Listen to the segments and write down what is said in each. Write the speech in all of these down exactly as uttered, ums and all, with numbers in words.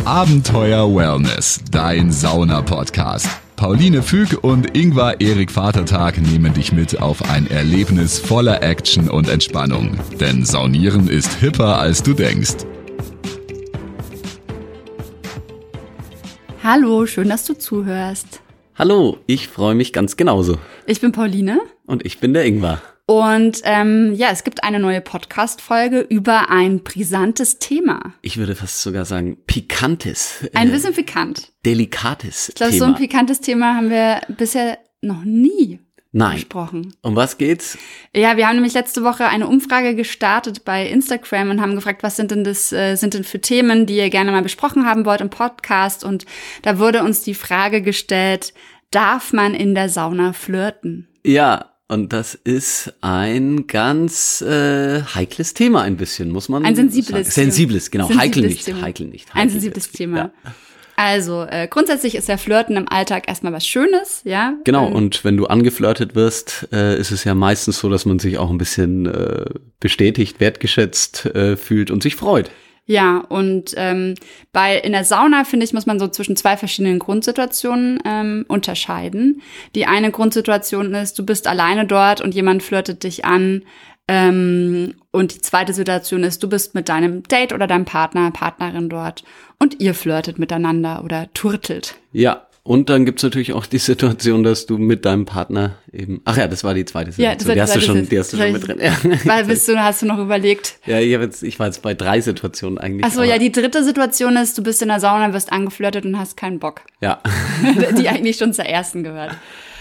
Abenteuer Wellness, dein Sauna-Podcast. Pauline Füg und Ingvar Erik Vatertag nehmen dich mit auf ein Erlebnis voller Action und Entspannung. Denn Saunieren ist hipper, als du denkst. Hallo, schön, dass du zuhörst. Hallo, ich freue mich ganz genauso. Ich bin Pauline. Und ich bin der Ingvar. Und ähm, ja, es gibt eine neue Podcast-Folge über ein brisantes Thema. Ich würde fast sogar sagen pikantes. Ein äh, bisschen pikant. Delikates Ich glaube, Thema. so ein pikantes Thema haben wir bisher noch nie Nein. besprochen. Um was geht's? Ja, wir haben nämlich letzte Woche eine Umfrage gestartet bei Instagram und haben gefragt, was sind denn das äh, sind denn für Themen, die ihr gerne mal besprochen haben wollt im Podcast. Und da wurde uns die Frage gestellt, darf man in der Sauna flirten? Ja, und das ist ein ganz äh, heikles Thema ein bisschen, muss man Ein sensibles sagen. Thema. Sensibles, genau. Sensibles heikel nicht, Thema. heikel nicht. Ein Heikel sensibles jetzt. Thema. Ja. Also, äh, grundsätzlich ist ja Flirten im Alltag erstmal was Schönes, ja? Genau, Ähm, und wenn du angeflirtet wirst, äh, ist es ja meistens so, dass man sich auch ein bisschen äh, bestätigt, wertgeschätzt äh, fühlt und sich freut. Ja, und ähm, bei in der Sauna, finde ich, muss man so zwischen zwei verschiedenen Grundsituationen ähm, unterscheiden. Die eine Grundsituation ist, du bist alleine dort und jemand flirtet dich an. Ähm, und die zweite Situation ist, du bist mit deinem Date oder deinem Partner, Partnerin dort und ihr flirtet miteinander oder turtelt. Ja, und dann gibt's natürlich auch die Situation, dass du mit deinem Partner eben, ach ja, das war die zweite Situation, Ja, das war die die hast du zweite schon, die hast du schon mit drin. Ja. Weil bist du, hast du noch überlegt? Ja, ich, hab jetzt, ich war jetzt bei drei Situationen eigentlich. Ach so, ja, die dritte Situation ist, du bist in der Sauna, wirst angeflirtet und hast keinen Bock. Ja. Die eigentlich schon zur ersten gehört.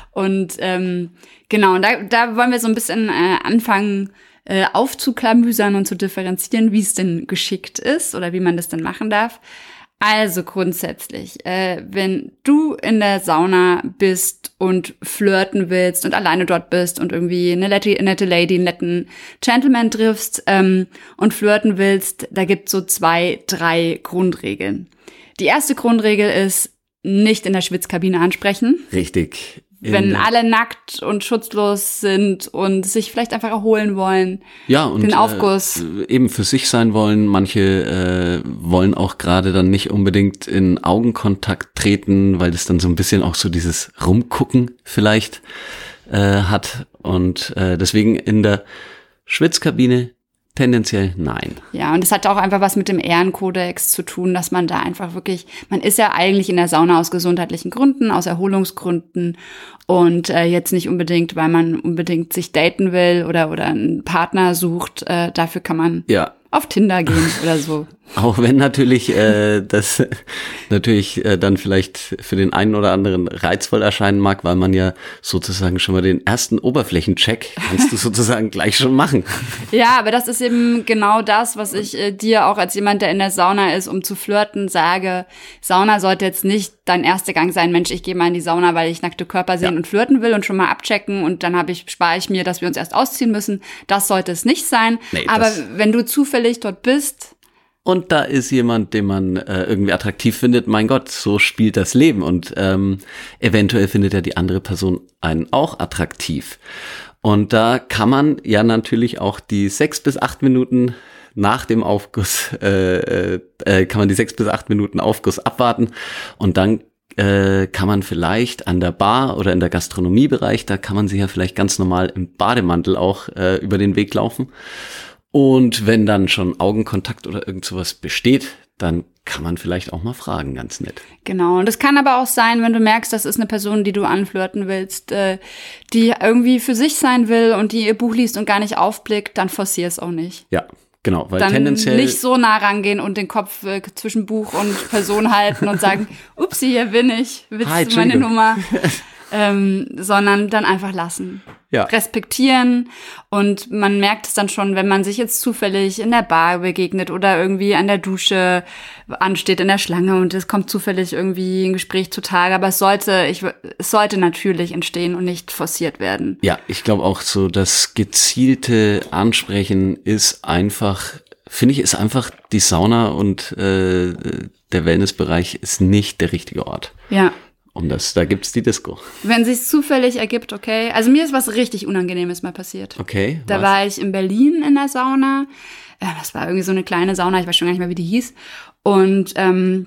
Und ähm, genau, und da, da wollen wir so ein bisschen äh, anfangen äh, aufzuklamüsern und zu differenzieren, wie es denn geschickt ist oder wie man das denn machen darf. Also grundsätzlich, äh, wenn du in der Sauna bist und flirten willst und alleine dort bist und irgendwie eine nette, nette Lady, einen netten Gentleman triffst ähm, und flirten willst, da gibt's so zwei, drei Grundregeln. Die erste Grundregel ist, nicht in der Schwitzkabine ansprechen. Richtig. In Wenn der- alle nackt und schutzlos sind und sich vielleicht einfach erholen wollen, ja, und den Aufguss. Äh, eben für sich sein wollen. Manche äh, wollen auch gerade dann nicht unbedingt in Augenkontakt treten, weil das dann so ein bisschen auch so dieses Rumgucken vielleicht äh, hat. Und äh, deswegen in der Schwitzkabine tendenziell nein. Ja, und das hat auch einfach was mit dem Ehrenkodex zu tun, dass man da einfach wirklich, man ist ja eigentlich in der Sauna aus gesundheitlichen Gründen, aus Erholungsgründen und äh, jetzt nicht unbedingt, weil man unbedingt sich daten will oder oder einen Partner sucht. Äh, dafür kann man Ja. auf Tinder gehen oder so. Auch wenn natürlich äh, das natürlich äh, dann vielleicht für den einen oder anderen reizvoll erscheinen mag, weil man ja sozusagen schon mal den ersten Oberflächencheck kannst du sozusagen gleich schon machen. Ja, aber das ist eben genau das, was ich äh, dir auch als jemand, der in der Sauna ist, um zu flirten, sage. Sauna sollte jetzt nicht dein erster Gang sein, Mensch, ich gehe mal in die Sauna, weil ich nackte Körper sehen Ja. und flirten will und schon mal abchecken und dann habe ich spare ich mir, dass wir uns erst ausziehen müssen. Das sollte es nicht sein. Nee, aber das- wenn du zufällig dort bist, Und da ist jemand, den man äh, irgendwie attraktiv findet, mein Gott, so spielt das Leben. Und ähm, eventuell findet ja die andere Person einen auch attraktiv. Und da kann man ja natürlich auch die sechs bis acht Minuten nach dem Aufguss, äh, äh, kann man die sechs bis acht Minuten Aufguss abwarten. Und dann äh, kann man vielleicht an der Bar oder in der Gastronomiebereich, da kann man sich ja vielleicht ganz normal im Bademantel auch äh, über den Weg laufen. Und wenn dann schon Augenkontakt oder irgend sowas besteht, dann kann man vielleicht auch mal fragen, ganz nett. genau. Und es kann aber auch sein, wenn du merkst, das ist eine Person, die du anflirten willst, äh, die irgendwie für sich sein will und die ihr Buch liest und gar nicht aufblickt, dann forcier es auch nicht. Ja, genau, weil Dann tendenziell nicht so nah rangehen und den Kopf äh, zwischen Buch und Person halten und sagen, upsi, hier bin ich, willst Hi, du meine Entschuldigung. Nummer? ähm, sondern dann einfach lassen. Ja. Respektieren und man merkt es dann schon, wenn man sich jetzt zufällig in der Bar begegnet oder irgendwie an der Dusche ansteht in der Schlange und es kommt zufällig irgendwie ein Gespräch zutage, aber es sollte, ich, es sollte natürlich entstehen und nicht forciert werden. Ja, ich glaube auch so, das gezielte Ansprechen ist einfach, finde ich, ist einfach die Sauna und äh, der Wellnessbereich ist nicht der richtige Ort. Ja. Um das, da gibt's die Disco. Wenn sich's zufällig ergibt, okay. Also mir ist was richtig Unangenehmes mal passiert. Okay. Da was? war ich in Berlin in der Sauna. Ja, das war irgendwie so eine kleine Sauna, ich weiß schon gar nicht mehr, wie die hieß. Und ähm,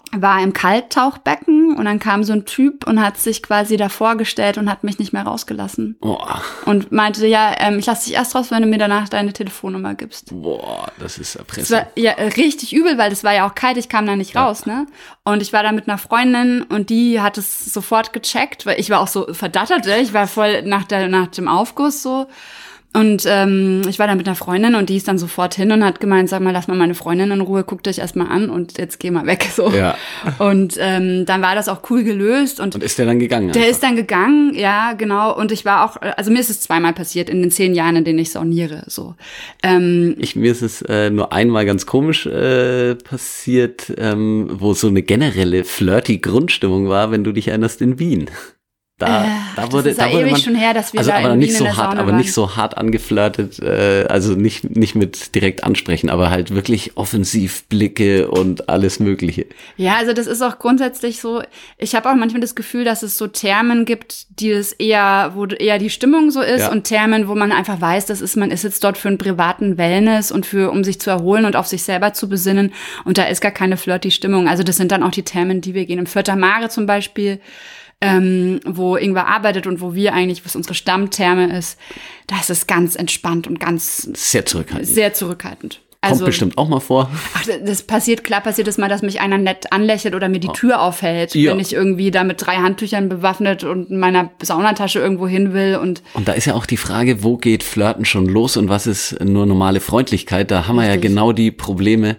war im Kalttauchbecken und dann kam so ein Typ und hat sich quasi davor gestellt und hat mich nicht mehr rausgelassen. Boah. Und meinte, ja, ähm, ich lasse dich erst raus, wenn du mir danach deine Telefonnummer gibst. Boah, das ist Erpressung. Das war ja richtig übel, weil das war ja auch kalt, ich kam da nicht ja. raus, ne? Und ich war da mit einer Freundin und die hat es sofort gecheckt, weil ich war auch so verdattert, ich war voll nach, der, nach dem Aufguss so. Und ähm, ich war da mit einer Freundin und die ist dann sofort hin und hat gemeint, sag mal, lass mal meine Freundin in Ruhe, guck dich erstmal an und jetzt geh mal weg. So. Ja. Und ähm, dann war das auch cool gelöst. Und, und ist der dann gegangen? Der einfach? ist dann gegangen, ja, genau. Und ich war auch, also mir ist es zweimal passiert in den zehn Jahren, in denen ich sauniere. So. Ähm, ich, mir ist es äh, nur einmal ganz komisch äh, passiert, ähm, wo so eine generelle flirty Grundstimmung war, wenn du dich erinnerst, in Wien. Da, äh, da wurde, das ist ja da wurde ewig man, schon her, dass wir also da aber in nicht Wien so in der hart, Sauna aber waren. nicht so hart angeflirtet, äh, also nicht nicht mit direkt ansprechen, aber halt wirklich offensiv Blicke und alles Mögliche. Ja, also das ist auch grundsätzlich so. Ich habe auch manchmal das Gefühl, dass es so Thermen gibt, die es eher, wo eher die Stimmung so ist, ja. und Thermen, wo man einfach weiß, das ist man ist jetzt dort für einen privaten Wellness und für um sich zu erholen und auf sich selber zu besinnen. Und da ist gar keine flirty Stimmung. Also das sind dann auch die Thermen, die wir gehen. Im Vierter Mare zum Beispiel. Ähm, wo Ingwer arbeitet und wo wir eigentlich, was unsere Stammtherme ist, das ist ganz entspannt und ganz sehr zurückhaltend. Sehr zurückhaltend. Kommt also, bestimmt auch mal vor. Ach, das passiert, klar passiert es mal, dass mich einer nett anlächelt oder mir die Tür aufhält, ja. wenn ich irgendwie da mit drei Handtüchern bewaffnet und in meiner Saunatasche irgendwo hin will. Und, und da ist ja auch die Frage, wo geht Flirten schon los und was ist nur normale Freundlichkeit? Da haben Richtig. wir ja genau die Probleme,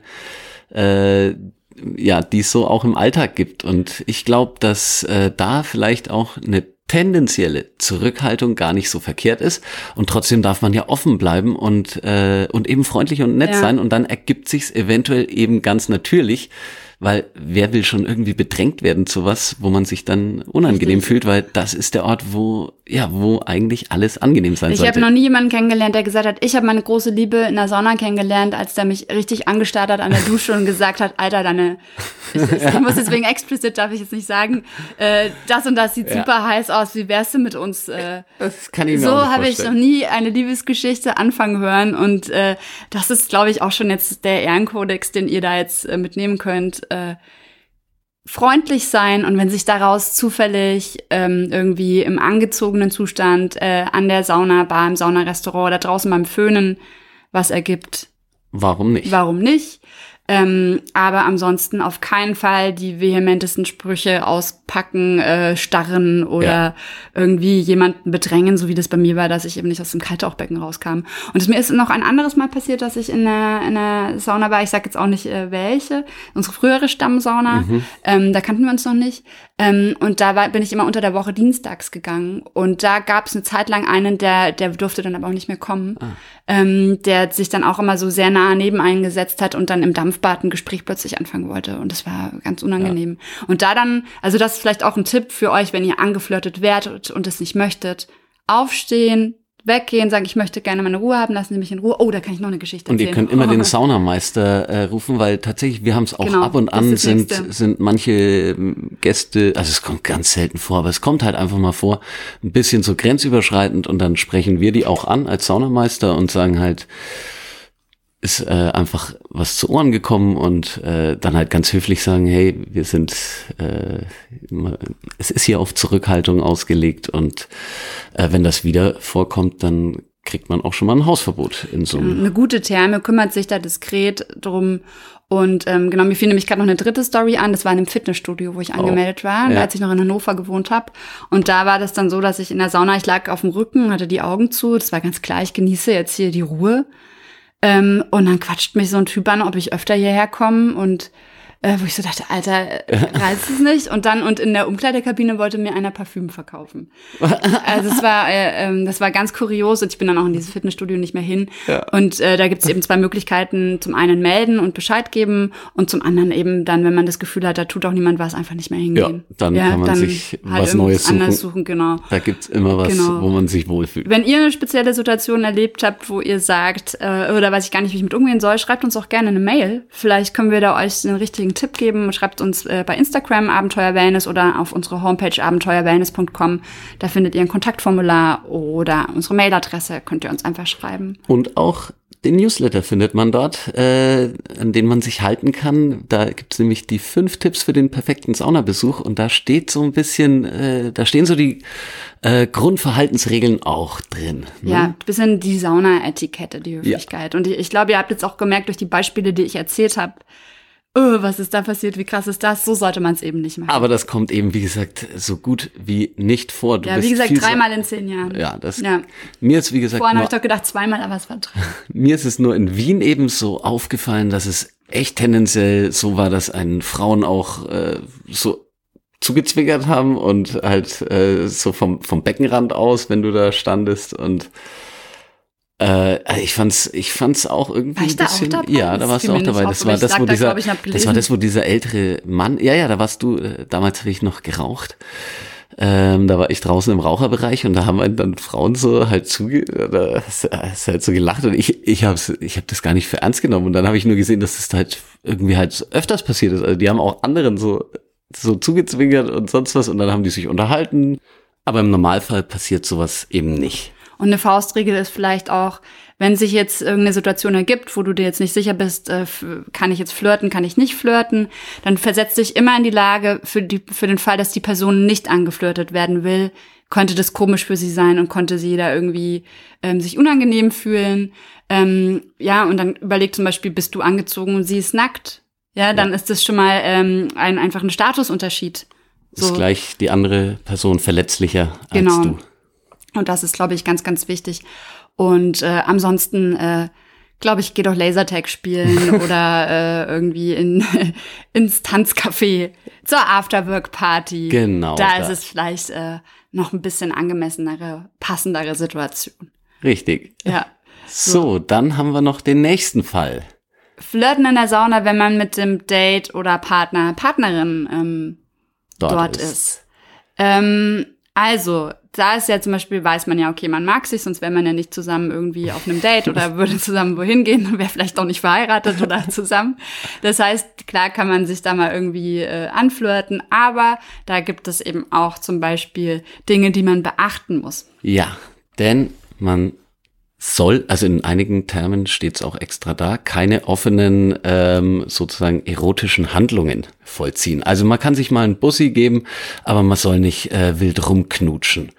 äh, ja, die es so auch im Alltag gibt. Und ich glaube, dass äh, da vielleicht auch eine tendenzielle Zurückhaltung gar nicht so verkehrt ist. Und trotzdem darf man ja offen bleiben und äh, und eben freundlich und nett ja. sein. Und dann ergibt sich's eventuell eben ganz natürlich, weil wer will schon irgendwie bedrängt werden zu was, wo man sich dann unangenehm Richtig. fühlt, weil das ist der Ort, wo ja, wo eigentlich alles angenehm sein ich sollte. Ich habe noch nie jemanden kennengelernt, der gesagt hat, ich habe meine große Liebe in der Sauna kennengelernt, als der mich richtig angestarrt hat an der Dusche und gesagt hat, Alter, deine, ich, ich ja. muss deswegen explicit, darf ich jetzt nicht sagen, äh, das und das sieht ja. super heiß aus, wie wärst du mit uns? Äh, das kann ich mir so auch nicht habe ich noch nie eine Liebesgeschichte anfangen hören und äh, das ist, glaube ich, auch schon jetzt der Ehrenkodex, den ihr da jetzt äh, mitnehmen könnt. Äh, freundlich sein und wenn sich daraus zufällig ähm, irgendwie im angezogenen Zustand äh, an der Saunabar, im Saunarestaurant oder draußen beim Föhnen was ergibt. Warum nicht? Warum nicht? Ähm, aber ansonsten auf keinen Fall die vehementesten Sprüche auspacken, äh, starren oder ja. irgendwie jemanden bedrängen, so wie das bei mir war, dass ich eben nicht aus dem Kalttauchbecken rauskam. Und es mir ist noch ein anderes Mal passiert, dass ich in einer, in einer Sauna war, ich sag jetzt auch nicht äh, welche, unsere frühere Stammsauna, mhm. ähm, da kannten wir uns noch nicht. Ähm, und da war, bin ich immer unter der Woche dienstags gegangen. Und da gab es eine Zeit lang einen, der, der durfte dann aber auch nicht mehr kommen, ah. ähm, der sich dann auch immer so sehr nah neben eingesetzt hat und dann im Dampfbad ein Gespräch plötzlich anfangen wollte. Und das war ganz unangenehm. Ja. Und da dann, also das ist vielleicht auch ein Tipp für euch, wenn ihr angeflirtet werdet und es nicht möchtet, aufstehen, weggehen, sagen, ich möchte gerne meine Ruhe haben, lassen Sie mich in Ruhe. Oh, da kann ich noch eine Geschichte erzählen. Und ihr könnt immer den Saunameister äh, rufen, weil tatsächlich, wir haben es auch genau, ab und an, sind sind manche Gäste, also es kommt ganz selten vor, aber es kommt halt einfach mal vor, ein bisschen so grenzüberschreitend und dann sprechen wir die auch an als Saunameister und sagen halt, ist äh, einfach was zu Ohren gekommen und äh, dann halt ganz höflich sagen, hey, wir sind, äh, es ist hier auf Zurückhaltung ausgelegt und äh, wenn das wieder vorkommt, dann kriegt man auch schon mal ein Hausverbot in so einem. Eine gute Therme kümmert sich da diskret drum und ähm, genau, mir fiel nämlich gerade noch eine dritte Story an, das war in einem Fitnessstudio, wo ich angemeldet war, oh, ja. als ich noch in Hannover gewohnt habe und da war das dann so, dass ich in der Sauna, ich lag auf dem Rücken, hatte die Augen zu, das war ganz klar, ich genieße jetzt hier die Ruhe. Ähm, und dann quatscht mich so ein Typ an, ob ich öfter hierher komme und äh, wo ich so dachte, Alter, äh, reizt es nicht? Und dann, und in der Umkleidekabine wollte mir einer Parfüm verkaufen. Also es war, äh, äh, das war ganz kurios und ich bin dann auch in dieses Fitnessstudio nicht mehr hin. Ja. Und äh, da gibt es eben zwei Möglichkeiten, zum einen melden und Bescheid geben und zum anderen eben dann, wenn man das Gefühl hat, da tut auch niemand was, einfach nicht mehr hingehen. Ja, dann ja, kann man dann sich halt was Neues suchen. suchen genau. Da gibt's immer was, genau. wo man sich wohlfühlt. Wenn ihr eine spezielle Situation erlebt habt, wo ihr sagt, äh, oder weiß ich gar nicht, wie ich mit umgehen soll, schreibt uns auch gerne eine Mail. Vielleicht können wir da euch den richtigen Tipp geben. Schreibt uns äh, bei Instagram Abenteuer Wellness oder auf unsere Homepage abenteuer wellness punkt com. Da findet ihr ein Kontaktformular oder unsere Mailadresse, könnt ihr uns einfach schreiben. Und auch den Newsletter findet man dort, äh, an den man sich halten kann. Da gibt's nämlich die fünf Tipps für den perfekten Saunabesuch und da steht so ein bisschen, äh, da stehen so die äh, Grundverhaltensregeln auch drin. Ne? Ja, ein bisschen die Sauna-Etikette, die Höflichkeit. Ja. Und ich, ich glaube, ihr habt jetzt auch gemerkt durch die Beispiele, die ich erzählt habe, oh, was ist da passiert, wie krass ist das? So sollte man es eben nicht machen. Aber das kommt eben, wie gesagt, so gut wie nicht vor. Du ja, bist wie gesagt, viel dreimal in zehn Jahren. Ja, das. Ja. Mir ist, wie gesagt, vorhin habe ich doch gedacht zweimal, aber es war drei. Mir ist es nur in Wien eben so aufgefallen, dass es echt tendenziell so war, dass einen Frauen auch äh, so zugezwickert haben und halt äh, so vom vom Beckenrand aus, wenn du da standest und Äh, ich fand's, ich fand's auch irgendwie war ich ein bisschen, da auch dabei? ja, da warst du auch dabei. Das war das, wo dieser, das war das, wo dieser ältere Mann, ja, ja, da warst du, äh, damals habe ich noch geraucht. Ähm, da war ich draußen im Raucherbereich und da haben einen dann Frauen so halt zuge, da hast halt so gelacht und ich, ich hab's, ich hab das gar nicht für ernst genommen und dann habe ich nur gesehen, dass das halt irgendwie halt öfters passiert ist. Also die haben auch anderen so, so zugezwingert und sonst was und dann haben die sich unterhalten. Aber im Normalfall passiert sowas eben nicht. Und eine Faustregel ist vielleicht auch, wenn sich jetzt irgendeine Situation ergibt, wo du dir jetzt nicht sicher bist, äh, kann ich jetzt flirten, kann ich nicht flirten, dann versetz dich immer in die Lage, für die für den Fall, dass die Person nicht angeflirtet werden will, könnte das komisch für sie sein und konnte sie da irgendwie ähm, sich unangenehm fühlen. Ähm, ja, und dann überleg zum Beispiel, bist du angezogen und sie ist nackt? Ja, dann ja. ist das schon mal ähm, ein einfach ein Statusunterschied. So. Ist gleich die andere Person verletzlicher als genau. du. Und das ist, glaube ich, ganz, ganz wichtig. Und äh, ansonsten, äh, glaube ich, geh doch Lasertag spielen oder äh, irgendwie in ins Tanzcafé zur Afterwork-Party. Genau. Da das. ist es vielleicht äh, noch ein bisschen angemessenere, passendere Situation. Richtig. Ja. So. so, dann haben wir noch den nächsten Fall. Flirten in der Sauna, wenn man mit dem Date oder Partner, Partnerin ähm, dort, dort ist. ist. Ähm, also, da ist ja zum Beispiel, weiß man ja, okay, man mag sich, sonst wäre man ja nicht zusammen irgendwie auf einem Date oder würde zusammen wohin gehen und wäre vielleicht auch nicht verheiratet oder zusammen. Das heißt, klar kann man sich da mal irgendwie äh, anflirten, aber da gibt es eben auch zum Beispiel Dinge, die man beachten muss. Ja, denn man soll, also in einigen Termen steht es auch extra da, keine offenen ähm, sozusagen erotischen Handlungen vollziehen. Also man kann sich mal einen Bussi geben, aber man soll nicht äh, wild rumknutschen.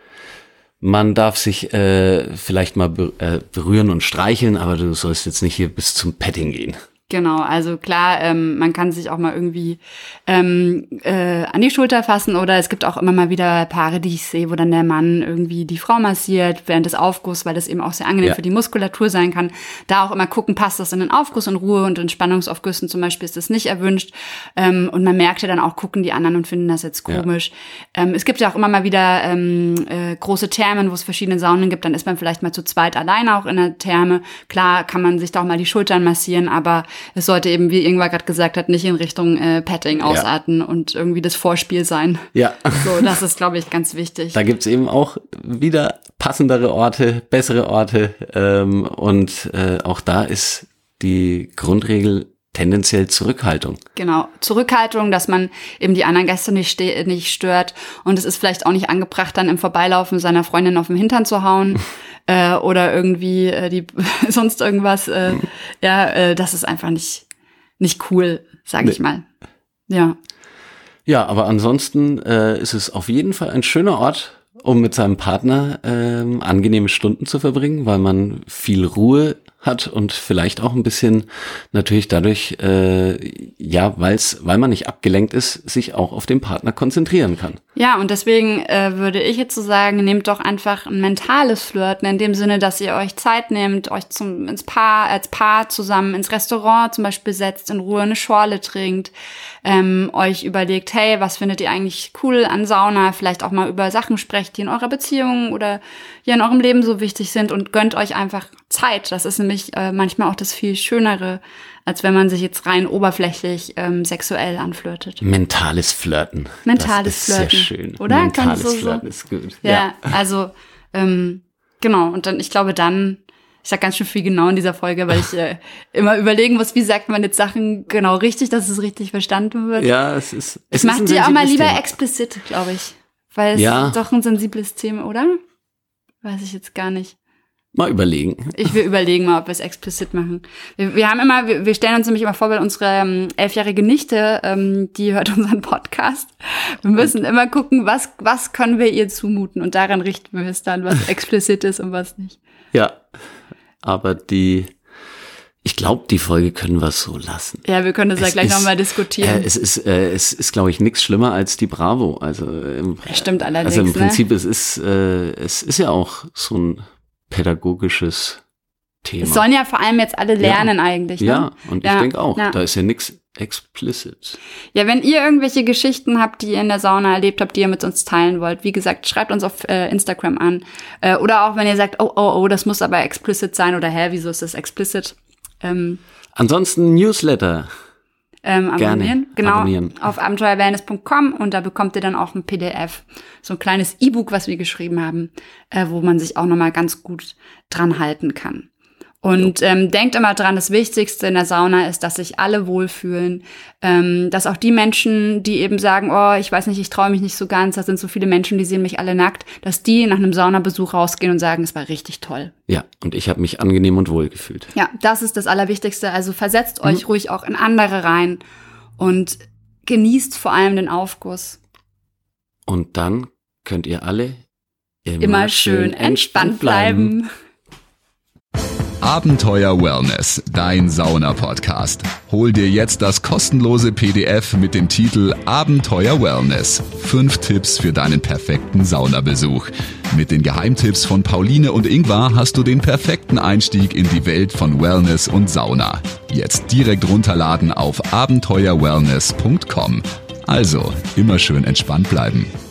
Man darf sich äh, vielleicht mal be- äh, berühren und streicheln, aber du sollst jetzt nicht hier bis zum Petting gehen. Genau, also klar, ähm, man kann sich auch mal irgendwie ähm, äh, an die Schulter fassen oder es gibt auch immer mal wieder Paare, die ich sehe, wo dann der Mann irgendwie die Frau massiert während des Aufgusses, weil das eben auch sehr angenehm ja. für die Muskulatur sein kann. Da auch immer gucken, passt das in den Aufguss in Ruhe und in Spannungsaufgüssen zum Beispiel ist das nicht erwünscht. Ähm, und man merkt ja dann auch, gucken die anderen und finden das jetzt komisch. Ja. Ähm, es gibt ja auch immer mal wieder ähm, äh, große Thermen, wo es verschiedene Saunen gibt, dann ist man vielleicht mal zu zweit alleine auch in der Therme. Klar kann man sich da auch mal die Schultern massieren, aber es sollte eben, wie Ingvar gerade gesagt hat, nicht in Richtung äh, Petting ausarten ja. und irgendwie das Vorspiel sein. Ja. So, das ist, glaube ich, ganz wichtig. Da gibt's eben auch wieder passendere Orte, bessere Orte ähm, und äh, auch da ist die Grundregel tendenziell Zurückhaltung. Genau, Zurückhaltung, dass man eben die anderen Gäste nicht, ste- nicht stört und es ist vielleicht auch nicht angebracht, dann im Vorbeilaufen seiner Freundin auf den Hintern zu hauen. Äh, oder irgendwie äh, die sonst irgendwas, äh, mhm. ja, äh, das ist einfach nicht nicht cool, sage nee. ich mal. Ja. Ja, aber ansonsten äh, ist es auf jeden Fall ein schöner Ort, um mit seinem Partner ähm, angenehme Stunden zu verbringen, weil man viel Ruhe hat und vielleicht auch ein bisschen natürlich dadurch, äh, ja, weil's, weil man nicht abgelenkt ist, sich auch auf den Partner konzentrieren kann. Ja, und deswegen äh, würde ich jetzt so sagen, nehmt doch einfach ein mentales Flirten, in dem Sinne, dass ihr euch Zeit nehmt, euch zum ins Paar, als Paar zusammen ins Restaurant zum Beispiel setzt, in Ruhe eine Schorle trinkt, ähm, euch überlegt, hey, was findet ihr eigentlich cool an Sauna, vielleicht auch mal über Sachen sprecht, die in eurer Beziehung oder ja in eurem Leben so wichtig sind und gönnt euch einfach Zeit. Das ist nämlich äh, manchmal auch das viel Schönere, als wenn man sich jetzt rein oberflächlich ähm, sexuell anflirtet. Mentales Flirten. Mentales das ist Flirten. Sehr schön. Oder? Mentales so, Flirten so? ist gut. Ja, ja. also ähm, genau. Und dann, ich glaube dann, ich sag ganz schön viel genau in dieser Folge, weil ich äh, immer überlegen muss, wie sagt man jetzt Sachen genau richtig, dass es richtig verstanden wird. Ja, es ist es Ich mach ist die auch mal lieber Thema. explizit, glaube ich. Weil es ja. ist doch ein sensibles Thema, oder? Weiß ich jetzt gar nicht. Mal überlegen. Ich will überlegen mal, ob wir es explizit machen. Wir, wir haben immer, wir, wir stellen uns nämlich immer vor, weil unsere ähm, elfjährige Nichte, ähm, die hört unseren Podcast. Wir müssen immer gucken, was, was können wir ihr zumuten und daran richten wir es dann, was explizit ist und was nicht. Ja, aber die, ich glaube, die Folge können wir so lassen. Ja, wir können das es ja gleich nochmal diskutieren. Äh, es ist, äh, es ist, glaube ich, nichts schlimmer als die Bravo. Also im, Stimmt allerdings. Also im Prinzip, ne? es ist, äh, es ist ja auch so ein pädagogisches Thema. Es sollen ja vor allem jetzt alle lernen ja. eigentlich. Ne? Ja, und ja. ich denke auch, ja. da ist ja nichts explicit. Ja, wenn ihr irgendwelche Geschichten habt, die ihr in der Sauna erlebt habt, die ihr mit uns teilen wollt, wie gesagt, schreibt uns auf äh, Instagram an. Äh, oder auch wenn ihr sagt, oh, oh, oh, das muss aber explicit sein oder hä, wieso ist das explicit? Ähm, Ansonsten Newsletter. Ähm, abonnieren. Gerne. Genau, abonnieren. auf abenteuer wellness punkt com und da bekommt ihr dann auch ein P D F, so ein kleines E-Book, was wir geschrieben haben, äh, wo man sich auch nochmal ganz gut dran halten kann. Und ähm, denkt immer dran, das Wichtigste in der Sauna ist, dass sich alle wohlfühlen, ähm, dass auch die Menschen, die eben sagen, oh, ich weiß nicht, ich traue mich nicht so ganz, da sind so viele Menschen, die sehen mich alle nackt, dass die nach einem Saunabesuch rausgehen und sagen, es war richtig toll. Ja, und ich habe mich angenehm und wohl gefühlt. Ja, das ist das Allerwichtigste. Also versetzt euch mhm. ruhig auch in andere rein und genießt vor allem den Aufguss. Und dann könnt ihr alle immer, immer schön entspannt bleiben. bleiben. Abenteuer Wellness, dein Sauna-Podcast. Hol dir jetzt das kostenlose P D F mit dem Titel Abenteuer Wellness. Fünf Tipps für deinen perfekten Saunabesuch. Mit den Geheimtipps von Pauline und Ingvar hast du den perfekten Einstieg in die Welt von Wellness und Sauna. Jetzt direkt runterladen auf abenteuer wellness punkt com. Also, immer schön entspannt bleiben.